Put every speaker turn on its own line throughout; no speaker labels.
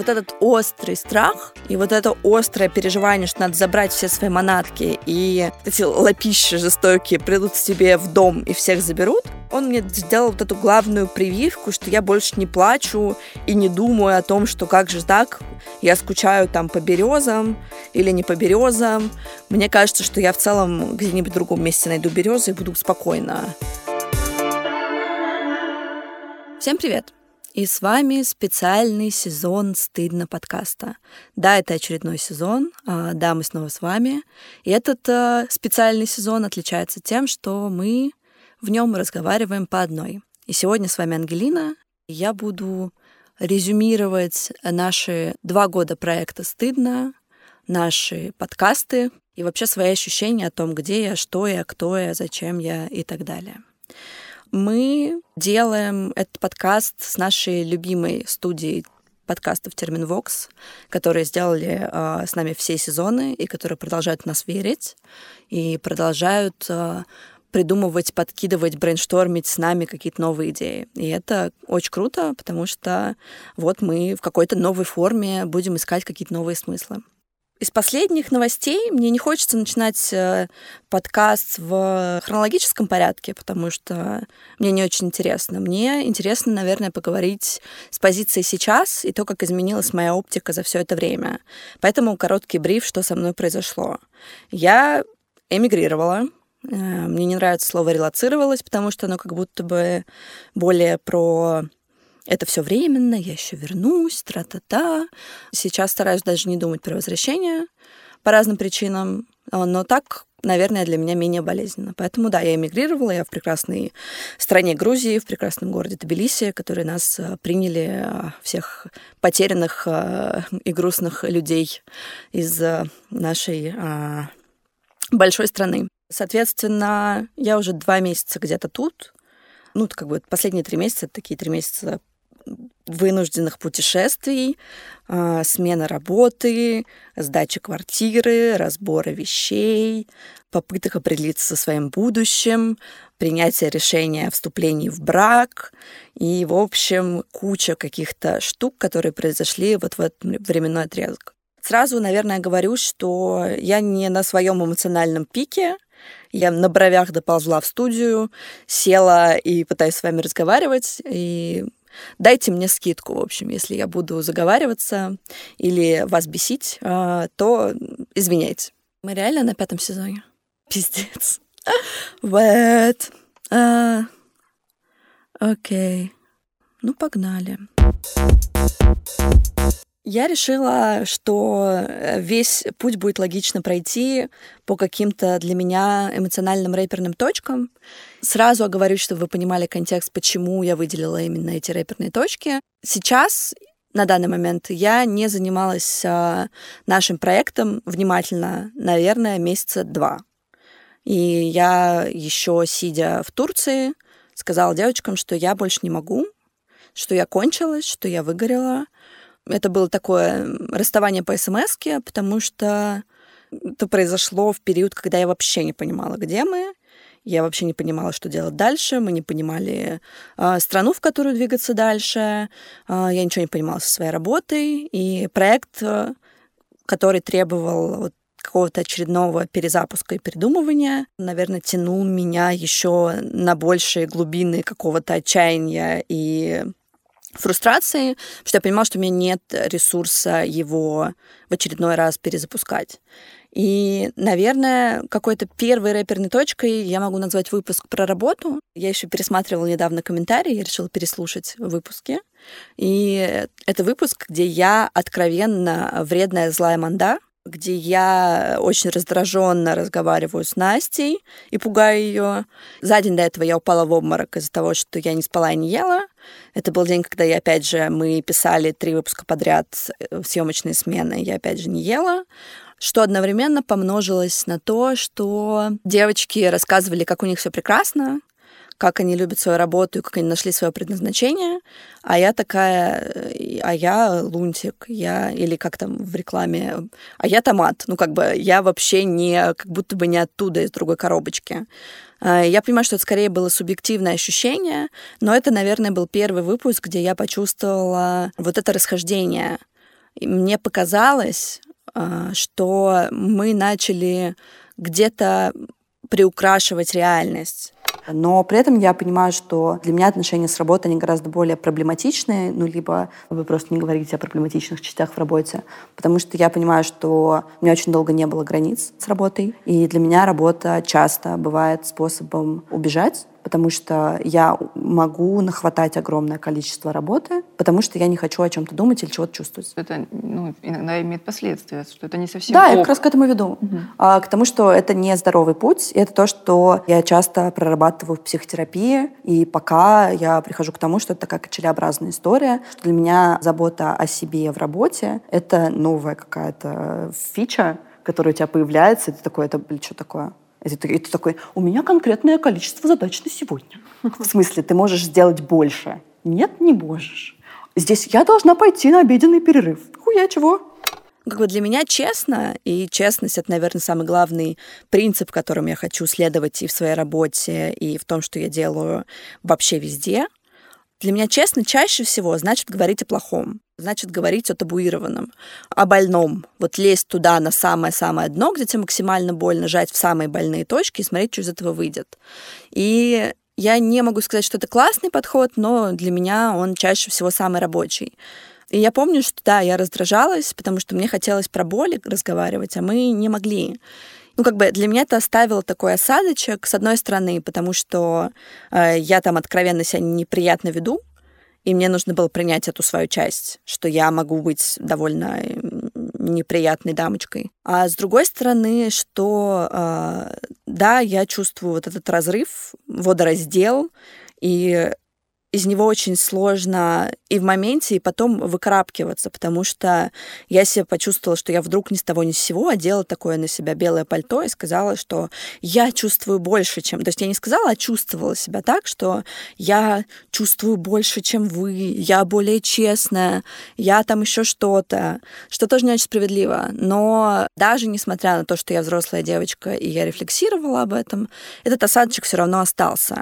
вот этот острый страх и вот это острое переживание, что надо забрать все свои манатки, и эти лапищи жестокие придут к тебе в дом и всех заберут, он мне сделал вот эту главную прививку, что я больше не плачу и не думаю о том, что как же так, я скучаю там по березам или не по березам. Мне кажется, что я в целом где-нибудь в другом месте найду березы и буду спокойна. Всем привет! И с вами специальный сезон «Стыдно» подкаста. Да, это очередной сезон, да, мы снова с вами. И этот специальный сезон отличается тем, что мы в нем разговариваем по одной. И сегодня с вами Ангелина, и я буду резюмировать наши 2 года проекта «Стыдно», наши подкасты и вообще свои ощущения о том, где я, что я, кто я, зачем я и так далее. Мы делаем этот подкаст с нашей любимой студией подкастов Terminvox, которые сделали с нами все сезоны и которые продолжают в нас верить и продолжают придумывать, подкидывать, брейнштормить с нами какие-то новые идеи. И это очень круто, потому что вот мы в какой-то новой форме будем искать какие-то новые смыслы. Из последних новостей мне не хочется начинать подкаст в хронологическом порядке, потому что мне не очень интересно. Мне интересно, наверное, поговорить с позиции сейчас и то, как изменилась моя оптика за все это время. Поэтому короткий бриф, что со мной произошло. Я эмигрировала. Мне не нравится слово «релоцировалась», потому что оно как будто бы более про... Это все временно, я еще вернусь, тра-та-та. Сейчас стараюсь даже не думать про возвращение по разным причинам, но так, наверное, для меня менее болезненно. Поэтому, да, я эмигрировала, я в прекрасной стране Грузии, в прекрасном городе Тбилиси, которые нас приняли, всех потерянных и грустных людей из нашей большой страны. Соответственно, я уже 2 месяца где-то тут. Ну, как бы последние 3 месяца, это такие 3 месяца вынужденных путешествий, смена работы, сдача квартиры, разбора вещей, попыток определиться со своим будущим, принятие решения о вступлении в брак и, в общем, куча каких-то штук, которые произошли вот в этот временной отрезок. Сразу, наверное, говорю, что я не на своем эмоциональном пике. Я на бровях доползла в студию, села и пытаюсь с вами разговаривать. И дайте мне скидку, в общем, если я буду заговариваться или вас бесить, то извиняйте. Мы реально на 5 сезоне? Пиздец. Вот. Окей. Ну, погнали. Я решила, что весь путь будет логично пройти по каким-то для меня эмоциональным рэперным точкам. Сразу оговорюсь, чтобы вы понимали контекст, почему я выделила именно эти рэперные точки. Сейчас, на данный момент, я не занималась нашим проектом внимательно, наверное, 2 месяца. И я еще, сидя в Турции, сказала девочкам, что я больше не могу, что я кончилась, что я выгорела. Это было такое расставание по смс-ке, потому что это произошло в период, когда я вообще не понимала, где мы. Я вообще не понимала, что делать дальше. Мы не понимали страну, в которую двигаться дальше. Я ничего не понимала со своей работой. И проект, который требовал вот какого-то очередного перезапуска и передумывания, наверное, тянул меня еще на большие глубины какого-то отчаяния и фрустрации, потому что я понимала, что у меня нет ресурса его в очередной раз перезапускать. И, наверное, какой-то первой рэперной точкой я могу назвать выпуск про работу. Я еще пересматривала недавно комментарии, я решила переслушать выпуски. И это выпуск, где я откровенно вредная злая манда, где я очень раздраженно разговариваю с Настей и пугаю ее. За день до этого я упала в обморок из-за того, что я не спала и не ела. Это был день, когда я, опять же, мы писали 3 выпуска подряд в съемочные смены, я, опять же, не ела. Что одновременно помножилось на то, что девочки рассказывали, как у них все прекрасно, как они любят свою работу и как они нашли свое предназначение, а я такая, а я лунтик, я, или как там в рекламе, а я томат. Ну, как бы я вообще не, как будто бы не оттуда, из другой коробочки. Я понимаю, что это скорее было субъективное ощущение, но это, наверное, был первый выпуск, где я почувствовала вот это расхождение И мне показалось, что мы начали где-то приукрашивать реальность. Но при этом я понимаю, что для меня отношения с работой, они гораздо более проблематичные, либо вы просто не говорите о проблематичных частях в работе, потому что я понимаю, что у меня очень долго не было границ с работой, и для меня работа часто бывает способом убежать, потому что я могу нахватать огромное количество работы, потому что я не хочу о чем-то думать или чего-то чувствовать.
Это иногда имеет последствия, что это не совсем
Да, я как раз к этому веду. К тому, что это не здоровый путь. И это то, что я часто прорабатываю в психотерапии. И пока я прихожу к тому, что это такая качелеобразная история. Что для меня забота о себе в работе — это новая какая-то фича, которая у тебя появляется, и ты такой, что такое? И ты такой, у меня конкретное количество задач на сегодня. В смысле, ты можешь сделать больше? Нет, не можешь. Здесь я должна пойти на обеденный перерыв. Хуя чего? Для меня честно, и честность — это, наверное, самый главный принцип, которым я хочу следовать и в своей работе, и в том, что я делаю вообще везде. Для меня честно чаще всего значит говорить о плохом, значит говорить о табуированном, о больном. Лезть туда на самое-самое дно, где тебе максимально больно, жать в самые больные точки и смотреть, что из этого выйдет. И я не могу сказать, что это классный подход, но для меня он чаще всего самый рабочий. И я помню, что да, я раздражалась, потому что мне хотелось про боль разговаривать, а мы не могли. Для меня это оставило такой осадочек, с одной стороны, потому что я там откровенно себя неприятно веду, и мне нужно было принять эту свою часть, что я могу быть довольно неприятной дамочкой. А с другой стороны, что да, я чувствую этот разрыв, водораздел, и из него очень сложно и в моменте, и потом выкарабкиваться, потому что я себя почувствовала, что я вдруг ни с того ни с сего одела такое на себя белое пальто и сказала, что я чувствую больше, чем... То есть я не сказала, а чувствовала себя так, что я чувствую больше, чем вы, я более честная, я там еще что-то, что тоже не очень справедливо. Но даже несмотря на то, что я взрослая девочка, и я рефлексировала об этом, этот осадочек все равно остался.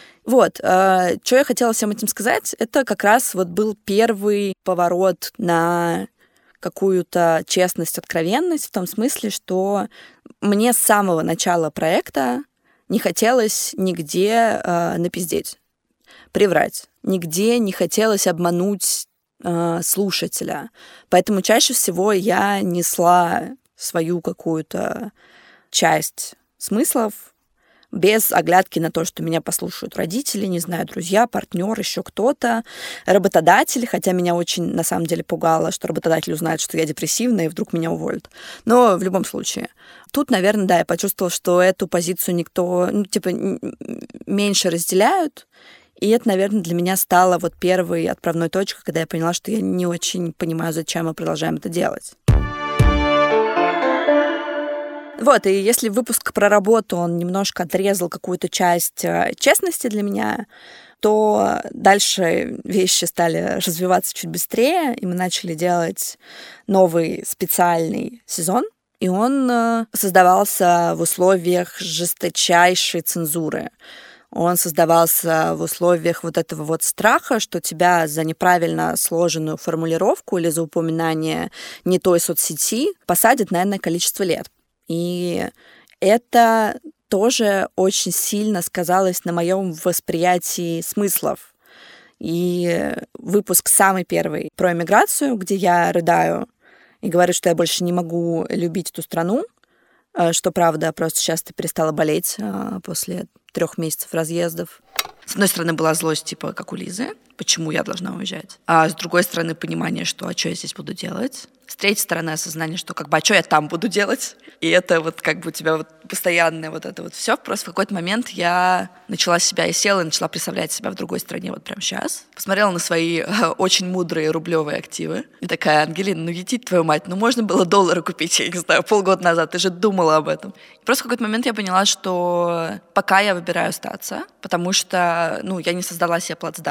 Что я хотела всем этим сказать, это как раз был первый поворот на какую-то честность, откровенность, в том смысле, что мне с самого начала проекта не хотелось нигде напиздеть, приврать, нигде не хотелось обмануть слушателя. Поэтому чаще всего я несла свою какую-то часть смыслов, без оглядки на то, что меня послушают родители, не знаю, друзья, партнер, еще кто-то, работодатель, хотя меня очень, на самом деле, пугало, что работодатель узнает, что я депрессивная, и вдруг меня уволят. Но в любом случае. Тут, наверное, да, я почувствовала, что эту позицию никто, меньше разделяют, и это, наверное, для меня стало первой отправной точкой, когда я поняла, что я не очень понимаю, зачем мы продолжаем это делать. И если выпуск про работу, он немножко отрезал какую-то часть честности для меня, то дальше вещи стали развиваться чуть быстрее, и мы начали делать новый специальный сезон, и он создавался в условиях жесточайшей цензуры. Он создавался в условиях этого страха, что тебя за неправильно сложенную формулировку или за упоминание не той соцсети посадят на энное количество лет. И это тоже очень сильно сказалось на моем восприятии смыслов. И выпуск самый первый про эмиграцию, где я рыдаю и говорю, что я больше не могу любить эту страну, что правда, просто сейчас ты перестала болеть после 3 месяцев разъездов. С одной стороны, была злость, как у Лизы, почему я должна уезжать. А с другой стороны, понимание, что а что я здесь буду делать. С третьей стороны, осознание, что а что я там буду делать. И это у тебя постоянное это все. Просто в какой-то момент я начала себя и села, и начала представлять себя в другой стране прямо сейчас. Посмотрела на свои очень мудрые рублевые активы. И такая: Ангелина, едить твою мать, можно было доллары купить, я не знаю, полгода назад, ты же думала об этом. И просто в какой-то момент я поняла, что пока я выбираю остаться, потому что, я не создала себе плацдарм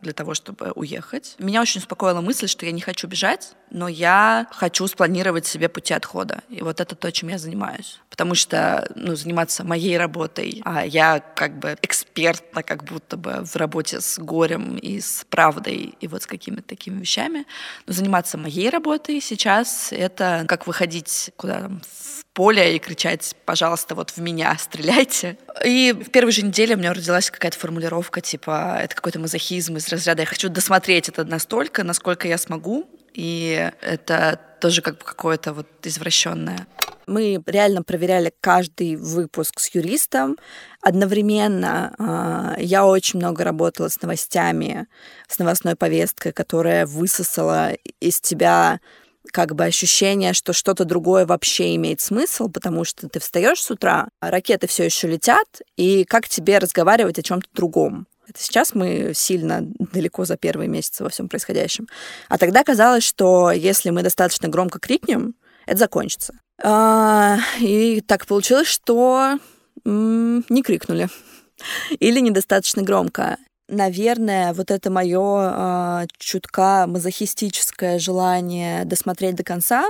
для того, чтобы уехать. Меня очень успокоила мысль, что я не хочу бежать, но я хочу спланировать себе пути отхода. И вот это то, чем я занимаюсь. Потому что, заниматься моей работой, а я как бы экспертна как будто бы в работе с горем и с правдой и вот с какими-то такими вещами. Но заниматься моей работой сейчас — это как выходить куда-то в поле и кричать: «Пожалуйста, вот в меня стреляйте». И в первой же неделе у меня родилась какая-то формулировка, типа, это какой-то мазохизм из разряда «я хочу досмотреть это настолько, насколько я смогу». И это тоже как бы какое-то вот извращенное. Мы реально проверяли каждый выпуск с юристом. Одновременно я очень много работала с новостями, с новостной повесткой, которая высосала из тебя как бы ощущение, что что-то другое вообще имеет смысл, потому что ты встаешь с утра, а ракеты все еще летят, и как тебе разговаривать о чем-то другом? Это сейчас мы сильно далеко за первые месяцы во всем происходящем. А тогда казалось, что если мы достаточно громко крикнем, это закончится. И так получилось, что не крикнули. Или недостаточно громко. Наверное, вот это мое чутка мазохистическое желание досмотреть до конца,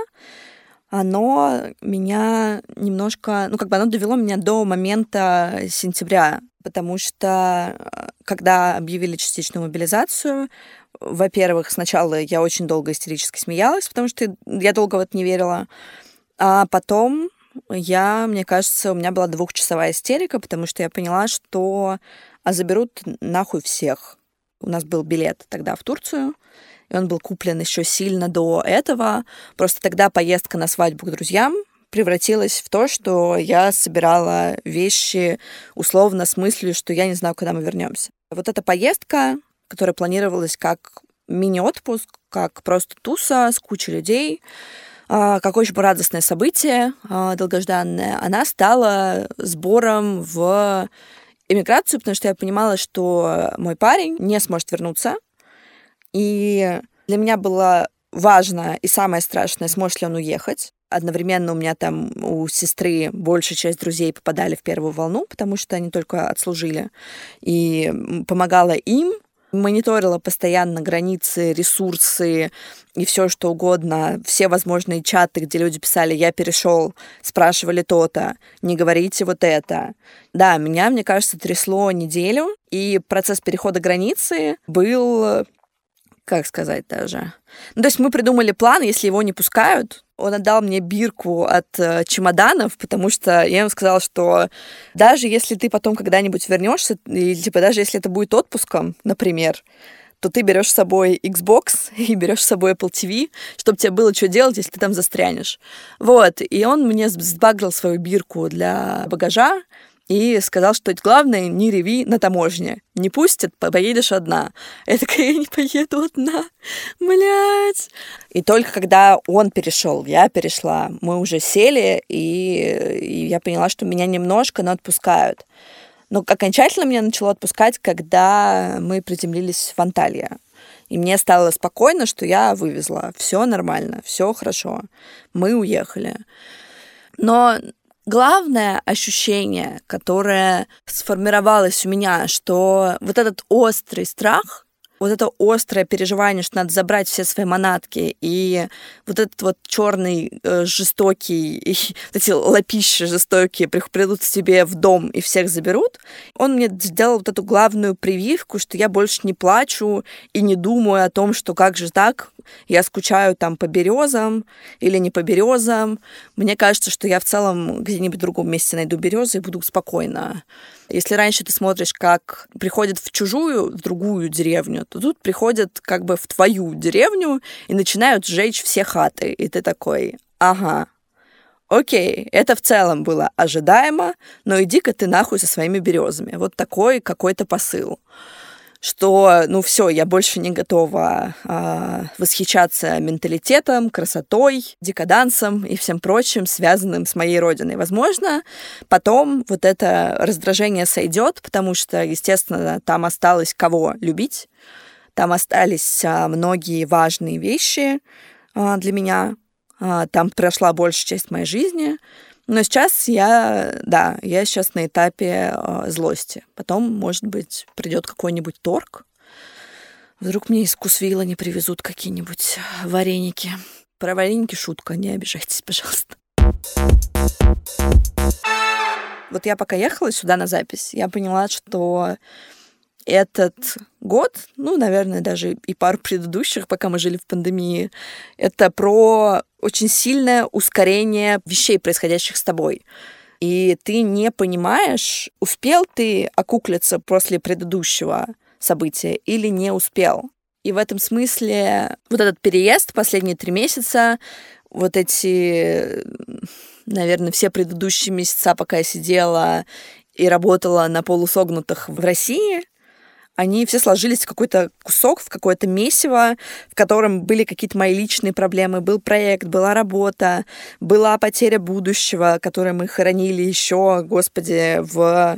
оно меня немножко... оно довело меня до момента сентября, потому что когда объявили частичную мобилизацию, во-первых, сначала я очень долго истерически смеялась, потому что я долго в это не верила, а потом мне кажется, у меня была 2-часовая истерика, потому что я поняла, что заберут нахуй всех. У нас был билет тогда в Турцию, и он был куплен еще сильно до этого. Просто тогда поездка на свадьбу к друзьям превратилась в то, что я собирала вещи условно с мыслью, что я не знаю, когда мы вернемся. Вот эта поездка, которая планировалась как мини-отпуск, как просто туса с кучей людей, как очень радостное событие, долгожданное, она стала сбором в эмиграцию, потому что я понимала, что мой парень не сможет вернуться. И для меня было важно и самое страшное, сможет ли он уехать. Одновременно у меня там у сестры большая часть друзей попадали в первую волну, потому что они только отслужили. И помогала им, мониторила постоянно границы, ресурсы и все что угодно, все возможные чаты, где люди писали: «Я перешел», спрашивали то-то, «Не говорите вот это». Да, меня, мне кажется, трясло неделю, и процесс перехода границы был, как сказать даже... то есть мы придумали план, если его не пускают. Он отдал мне бирку от чемоданов, потому что я ему сказала, что даже если ты потом когда-нибудь вернешься, или даже если это будет отпуском, например, то ты берешь с собой Xbox и берешь с собой Apple TV, чтобы тебе было что делать, если ты там застрянешь. Вот. И он мне сбагрил свою бирку для багажа и сказал, что главное, не реви на таможне. Не пустят, поедешь одна. Я такая: я не поеду одна. Блядь. И только когда он перешел, я перешла, мы уже сели, и я поняла, что меня немножко, но отпускают. Но окончательно меня начало отпускать, когда мы приземлились в Анталия. И мне стало спокойно, что я вывезла. Все нормально, все хорошо. Мы уехали. Но главное ощущение, которое сформировалось у меня, что вот этот острый страх, вот это острое переживание, что надо забрать все свои манатки, и вот этот вот черный жестокий, и вот эти лапищи жестокие придут к тебе в дом и всех заберут, он мне сделал вот эту главную прививку, что я больше не плачу и не думаю о том, что как же так, я скучаю там по березам или не по березам. Мне кажется, что я в целом где-нибудь в другом месте найду березы и буду спокойно. Если раньше ты смотришь, как приходят в другую деревню, то тут приходят как бы в твою деревню и начинают сжечь все хаты. И ты такой: ага, окей, это в целом было ожидаемо, но иди-ка ты нахуй со своими березами. Вот такой какой-то посыл. Что, все, я больше не готова восхищаться менталитетом, красотой, декадансом и всем прочим, связанным с моей родиной. Возможно, потом вот это раздражение сойдет, потому что, естественно, там осталось кого любить, там остались многие важные вещи для меня, там прошла большая часть моей жизни. Но сейчас я сейчас на этапе злости. Потом, может быть, придет какой-нибудь торг. Вдруг мне из Вкусвилла не привезут какие-нибудь вареники. Про вареники шутка, не обижайтесь, пожалуйста. Вот я пока ехала сюда на запись, я поняла, что этот год, наверное, даже и пару предыдущих, пока мы жили в пандемии, это про очень сильное ускорение вещей, происходящих с тобой. И ты не понимаешь, успел ты окуклиться после предыдущего события или не успел. И в этом смысле вот этот переезд последние 3 месяца, вот эти, наверное, все предыдущие месяца, пока я сидела и работала на полусогнутых в России, они все сложились в какой-то кусок, в какое-то месиво, в котором были какие-то мои личные проблемы. Был проект, была работа, была потеря будущего, которую мы хоронили еще, господи, в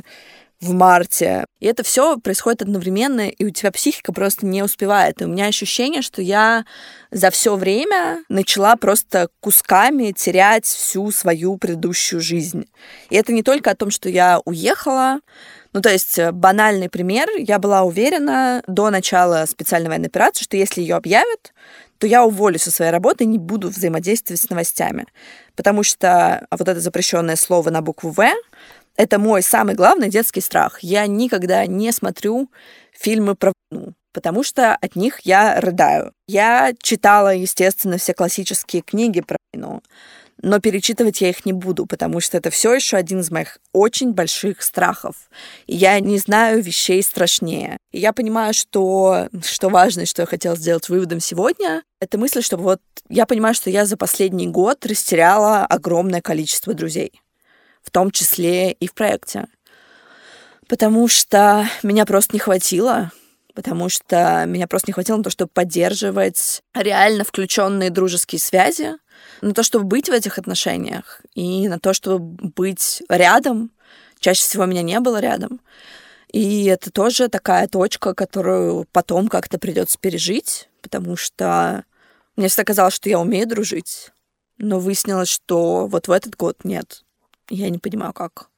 марте. И это все происходит одновременно, и у тебя психика просто не успевает. И у меня ощущение, что я за все время начала просто кусками терять всю свою предыдущую жизнь. И это не только о том, что я уехала. То есть банальный пример. Я была уверена до начала специальной военной операции, что если ее объявят, то я уволюсь со своей работы и не буду взаимодействовать с новостями. Потому что вот это запрещенное слово на букву «В» — это мой самый главный детский страх. Я никогда не смотрю фильмы про войну, потому что от них я рыдаю. Я читала, естественно, все классические книги про войну, но перечитывать я их не буду, потому что это все еще один из моих очень больших страхов. И я не знаю вещей страшнее. И я понимаю, что важно, и что я хотела сделать выводом сегодня, это мысль, что вот я понимаю, что я за последний год растеряла огромное количество друзей, в том числе и в проекте. Потому что меня просто не хватило. Потому что меня просто не хватило на то, чтобы поддерживать реально включенные дружеские связи, на то, чтобы быть в этих отношениях, и на то, чтобы быть рядом. Чаще всего меня не было рядом. И это тоже такая точка, которую потом как-то придется пережить, потому что мне всегда казалось, что я умею дружить, но выяснилось, что вот в этот год нет. Я не понимаю, как.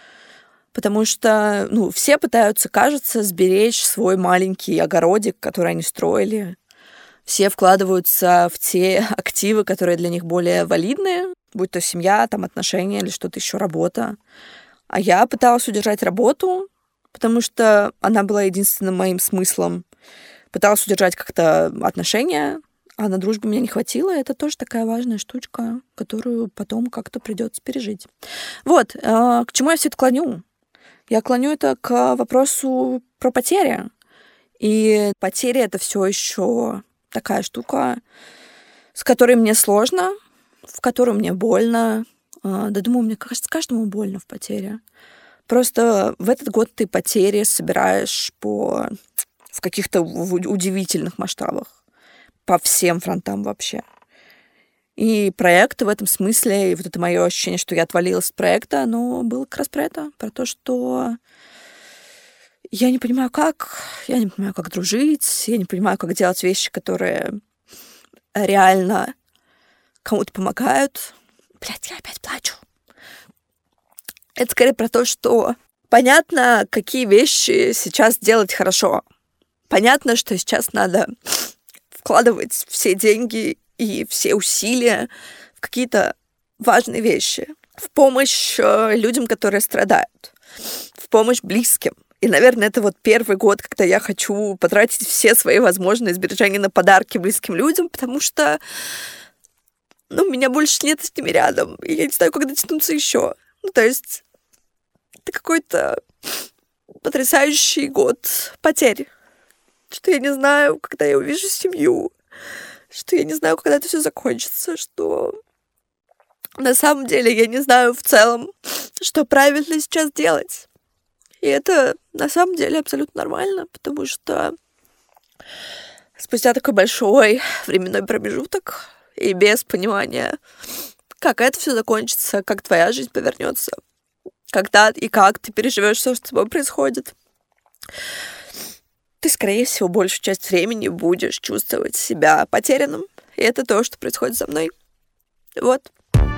Потому что, все пытаются, кажется, сберечь свой маленький огородик, который они строили. Все вкладываются в те активы, которые для них более валидные, будь то семья, отношения или что-то еще, работа. А я пыталась удержать работу, потому что она была единственным моим смыслом. Пыталась удержать как-то отношения, а на дружбу меня не хватило. Это тоже такая важная штучка, которую потом как-то придется пережить. Вот, к чему я все это клоню? Я клоню это к вопросу про потери. И потери — это все еще такая штука, с которой мне сложно, в которой мне больно. Да, думаю, мне кажется, каждому больно в потере. Просто в этот год ты потери собираешь в каких-то удивительных масштабах. По всем фронтам вообще. И проекты в этом смысле, и вот это мое ощущение, что я отвалилась от проекта, оно было как раз про это, про то, что я не понимаю, как дружить, я не понимаю, как делать вещи, которые реально кому-то помогают. Блядь, я опять плачу. Это скорее про то, что понятно, какие вещи сейчас делать хорошо. Понятно, что сейчас надо вкладывать все деньги и все усилия в какие-то важные вещи. В помощь людям, которые страдают. В помощь близким. И, наверное, это вот первый год, когда я хочу потратить все свои возможные сбережения на подарки близким людям, потому что, меня больше нет с ними рядом. И я не знаю, когда тянуться еще. То есть это какой-то потрясающий год потерь. Что я не знаю, когда я увижу семью. Что я не знаю, когда это все закончится. Что на самом деле я не знаю в целом, что правильно сейчас делать. И это на самом деле абсолютно нормально, потому что спустя такой большой временной промежуток и без понимания, как это все закончится, как твоя жизнь повернется, когда и как ты переживешь все, что с тобой происходит, ты, скорее всего, большую часть времени будешь чувствовать себя потерянным. И это то, что происходит со мной. Вот.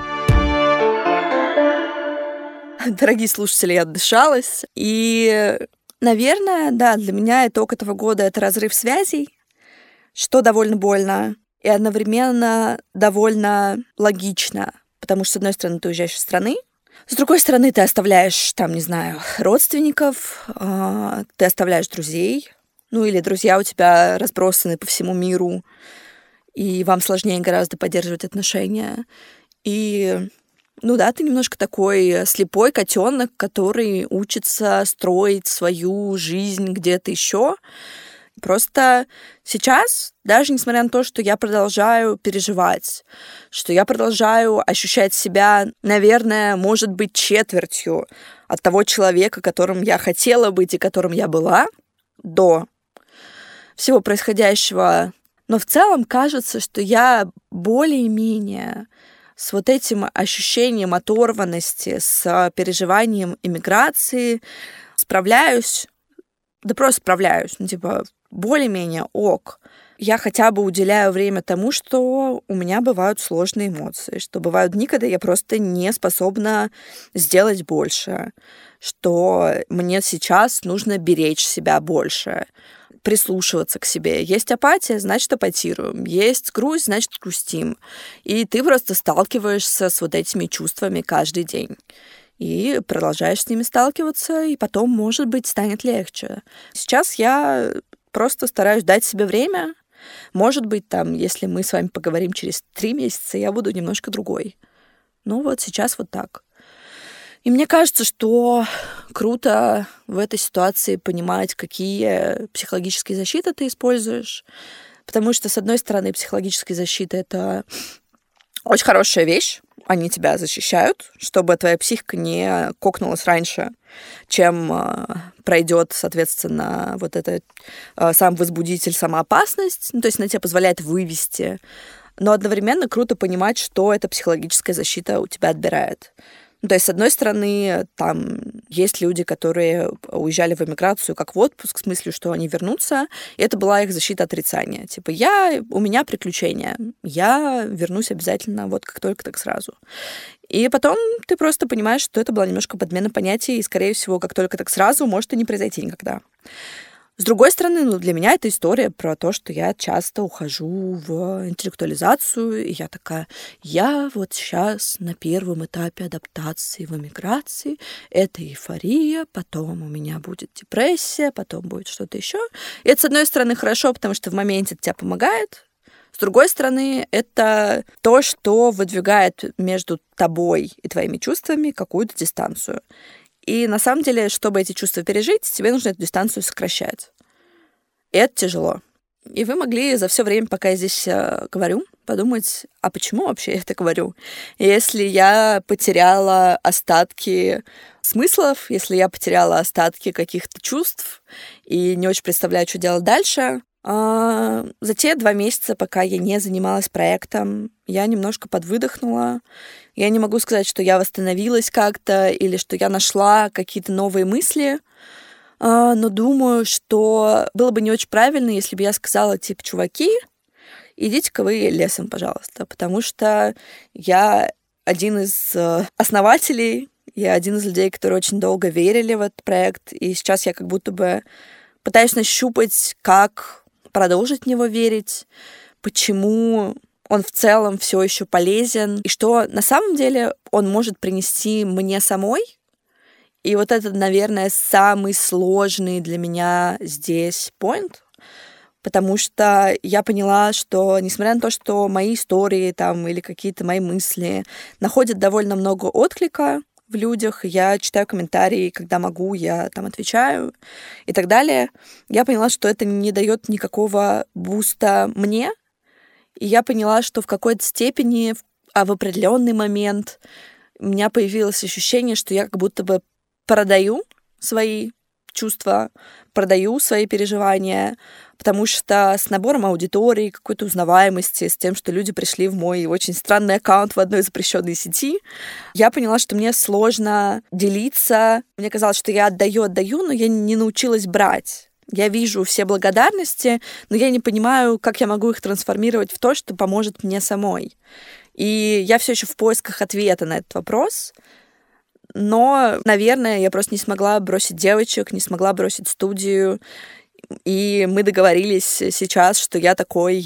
Дорогие слушатели, я отдышалась. И, наверное, да, для меня итог этого года — это разрыв связей. что довольно больно и одновременно довольно логично, потому что, с одной стороны, ты уезжаешь из страны, с другой стороны, ты оставляешь, там, не знаю, родственников, ты оставляешь друзей, ну или друзья у тебя разбросаны по всему миру, и вам сложнее гораздо поддерживать отношения. И, ну да, ты немножко такой слепой котенок, который учится строить свою жизнь где-то еще. Просто сейчас, даже несмотря на то, что я продолжаю переживать, что я продолжаю ощущать себя, наверное, может быть, четвертью от того человека, которым я хотела быть и которым я была до всего происходящего, но в целом кажется, что я более-менее с вот этим ощущением оторванности, с переживанием эмиграции справляюсь, да просто справляюсь, ну, типа, более-менее ок. Я хотя бы уделяю время тому, что у меня бывают сложные эмоции, что бывают дни, когда я просто не способна сделать больше, что мне сейчас нужно беречь себя больше, прислушиваться к себе. Есть апатия, значит, апатируем. Есть грусть, значит, грустим. И ты просто сталкиваешься с вот этими чувствами каждый день. И продолжаешь с ними сталкиваться, и потом, может быть, станет легче. Сейчас я просто стараюсь дать себе время. Может быть, там, если мы с вами поговорим через 3 месяца, я буду немножко другой. Ну вот сейчас вот так. И мне кажется, что круто в этой ситуации понимать, какие психологические защиты ты используешь. Потому что, с одной стороны, психологические защиты — это очень хорошая вещь. Они тебя защищают, чтобы твоя психика не кокнулась раньше, чем пройдет, соответственно, вот этот сам возбудитель, самоопасность. Ну, то есть она тебе позволяет вывести. Но одновременно круто понимать, что эта психологическая защита у тебя отбирает. Ну, то есть, с одной стороны, там есть люди, которые уезжали в эмиграцию как в отпуск, в смысле, что они вернутся, и это была их защита отрицания. Типа, у меня приключения, я вернусь обязательно вот как только, так сразу. И потом ты просто понимаешь, что это была немножко подмена понятий, и, скорее всего, как только, так сразу может и не произойти никогда. С другой стороны, ну, для меня это история про то, что я часто ухожу в интеллектуализацию, и я такая, я вот сейчас на первом этапе адаптации в эмиграции, это эйфория, потом у меня будет депрессия, потом будет что-то еще. И это, с одной стороны, хорошо, потому что в моменте это тебя помогает. С другой стороны, это то, что выдвигает между тобой и твоими чувствами какую-то дистанцию. И на самом деле, чтобы эти чувства пережить, тебе нужно эту дистанцию сокращать. И это тяжело. И вы могли за все время, пока я здесь говорю, подумать, а почему вообще я это говорю? Если я потеряла остатки смыслов, если я потеряла остатки каких-то чувств и не очень представляю, что делать дальше, за те 2 месяца, пока я не занималась проектом, я немножко подвыдохнула. Я не могу сказать, что я восстановилась как-то или что я нашла какие-то новые мысли, но думаю, что было бы не очень правильно, если бы я сказала, типа, чуваки, идите-ка вы лесом, пожалуйста, потому что я один из основателей, я один из людей, которые очень долго верили в этот проект, и сейчас я как будто бы пытаюсь нащупать, как продолжить в него верить, почему он в целом все еще полезен, и что на самом деле он может принести мне самой. И вот это, наверное, самый сложный для меня здесь point, потому что я поняла, что, несмотря на то, что мои истории там или какие-то мои мысли находят довольно много отклика в людях, я читаю комментарии, когда могу, я там отвечаю и так далее, я поняла, что это не дает никакого буста мне, и я поняла, что в какой-то степени, в определенный момент у меня появилось ощущение, что я как будто бы продаю свои чувства, продаю свои переживания, потому что с набором аудитории, какой-то узнаваемости, с тем, что люди пришли в мой очень странный аккаунт в одной запрещенной сети, я поняла, что мне сложно делиться. Мне казалось, что я отдаю, но я не научилась брать. Я вижу все благодарности, но я не понимаю, как я могу их трансформировать в то, что поможет мне самой. И я все еще в поисках ответа на этот вопрос. Но, наверное, я просто не смогла бросить девочек, не смогла бросить студию. И мы договорились сейчас, что я такой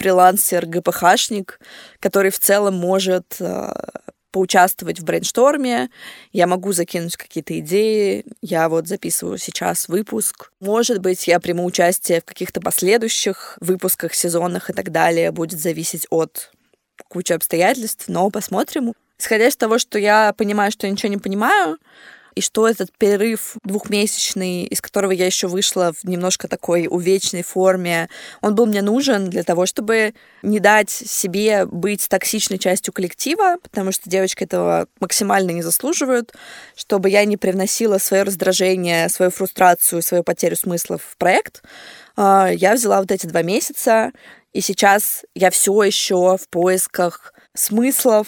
фрилансер-ГПХшник, который в целом может поучаствовать в брейншторме, я могу закинуть какие-то идеи, я вот записываю сейчас выпуск. Может быть, я приму участие в каких-то последующих выпусках, сезонах и так далее. Будет зависеть от кучи обстоятельств, но посмотрим. Исходя из того, что я понимаю, что я ничего не понимаю, и что этот перерыв двухмесячный, из которого я еще вышла в немножко такой увечной форме, он был мне нужен для того, чтобы не дать себе быть токсичной частью коллектива, потому что девочки этого максимально не заслуживают, чтобы я не привносила свое раздражение, свою фрустрацию, свою потерю смысла в проект. Я взяла вот эти 2 месяца, и сейчас я все еще в поисках смыслов.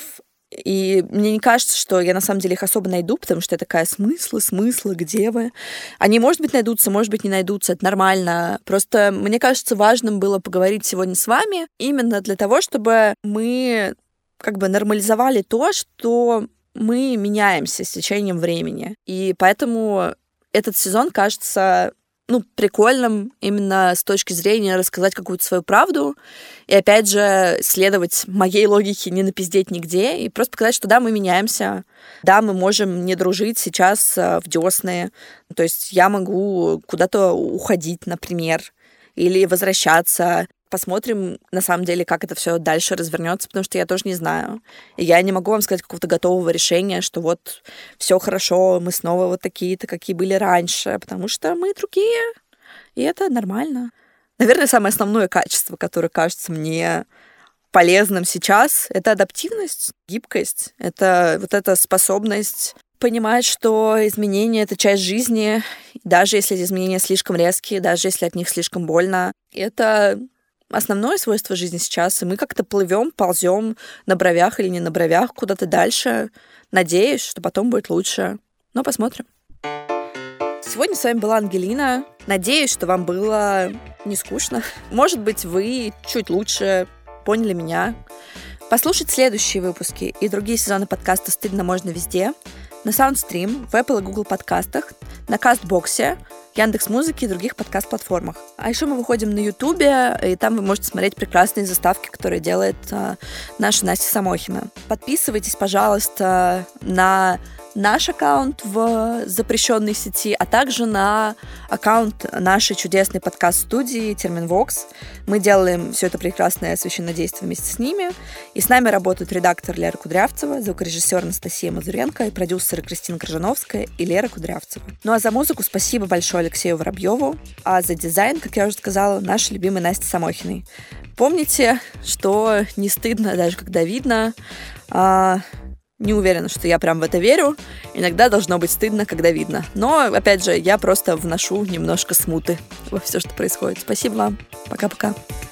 И мне не кажется, что я на самом деле их особо найду, потому что я такая, смыслы, где вы? Они, может быть, найдутся, может быть, не найдутся, это нормально. Просто мне кажется, важным было поговорить сегодня с вами именно для того, чтобы мы как бы нормализовали то, что мы меняемся с течением времени. И поэтому этот сезон кажется прикольным именно с точки зрения рассказать какую-то свою правду и, опять же, следовать моей логике, не напиздеть нигде, и просто показать, что да, мы меняемся, да, мы можем не дружить сейчас в дёсны, то есть я могу куда-то уходить, например, или возвращаться. Посмотрим, на самом деле, как это все дальше развернется, потому что я тоже не знаю. И я не могу вам сказать какого-то готового решения, что вот все хорошо, мы снова вот такие-то, какие были раньше, потому что мы другие, и это нормально. Наверное, самое основное качество, которое кажется мне полезным сейчас, это адаптивность, гибкость, это вот эта способность понимать, что изменения — это часть жизни, даже если эти изменения слишком резкие, даже если от них слишком больно. Это основное свойство жизни сейчас, и мы как-то плывем, ползем на бровях или не на бровях куда-то дальше, надеюсь, что потом будет лучше. Но посмотрим. Сегодня с вами была Ангелина. Надеюсь, что вам было не скучно. Может быть, вы чуть лучше поняли меня. Послушать следующие выпуски и другие сезоны подкаста «Стыдно можно везде» на Soundstream, в Apple и Google подкастах, на Кастбоксе, Яндекс.Музыке и других подкаст-платформах. А еще мы выходим на Ютубе, и там вы можете смотреть прекрасные заставки, которые делает наша Настя Самохина. Подписывайтесь, пожалуйста, на наш аккаунт в запрещенной сети, а также на аккаунт нашей чудесной подкаст-студии Терминвокс. Мы делаем все это прекрасное священнодействие вместе с ними. И с нами работают редактор Лера Кудрявцева, звукорежиссер Анастасия Мазуренко и продюсеры Кристина Крыжановская и Лера Кудрявцева. Ну а за музыку спасибо большое Алексею Воробьеву, а за дизайн, как я уже сказала, нашей любимой Насте Самохиной. Помните, что не стыдно, даже когда видно. Не уверена, что я прям в это верю. Иногда должно быть стыдно, когда видно. Но, опять же, я просто вношу немножко смуты во все, что происходит. Спасибо вам. Пока-пока.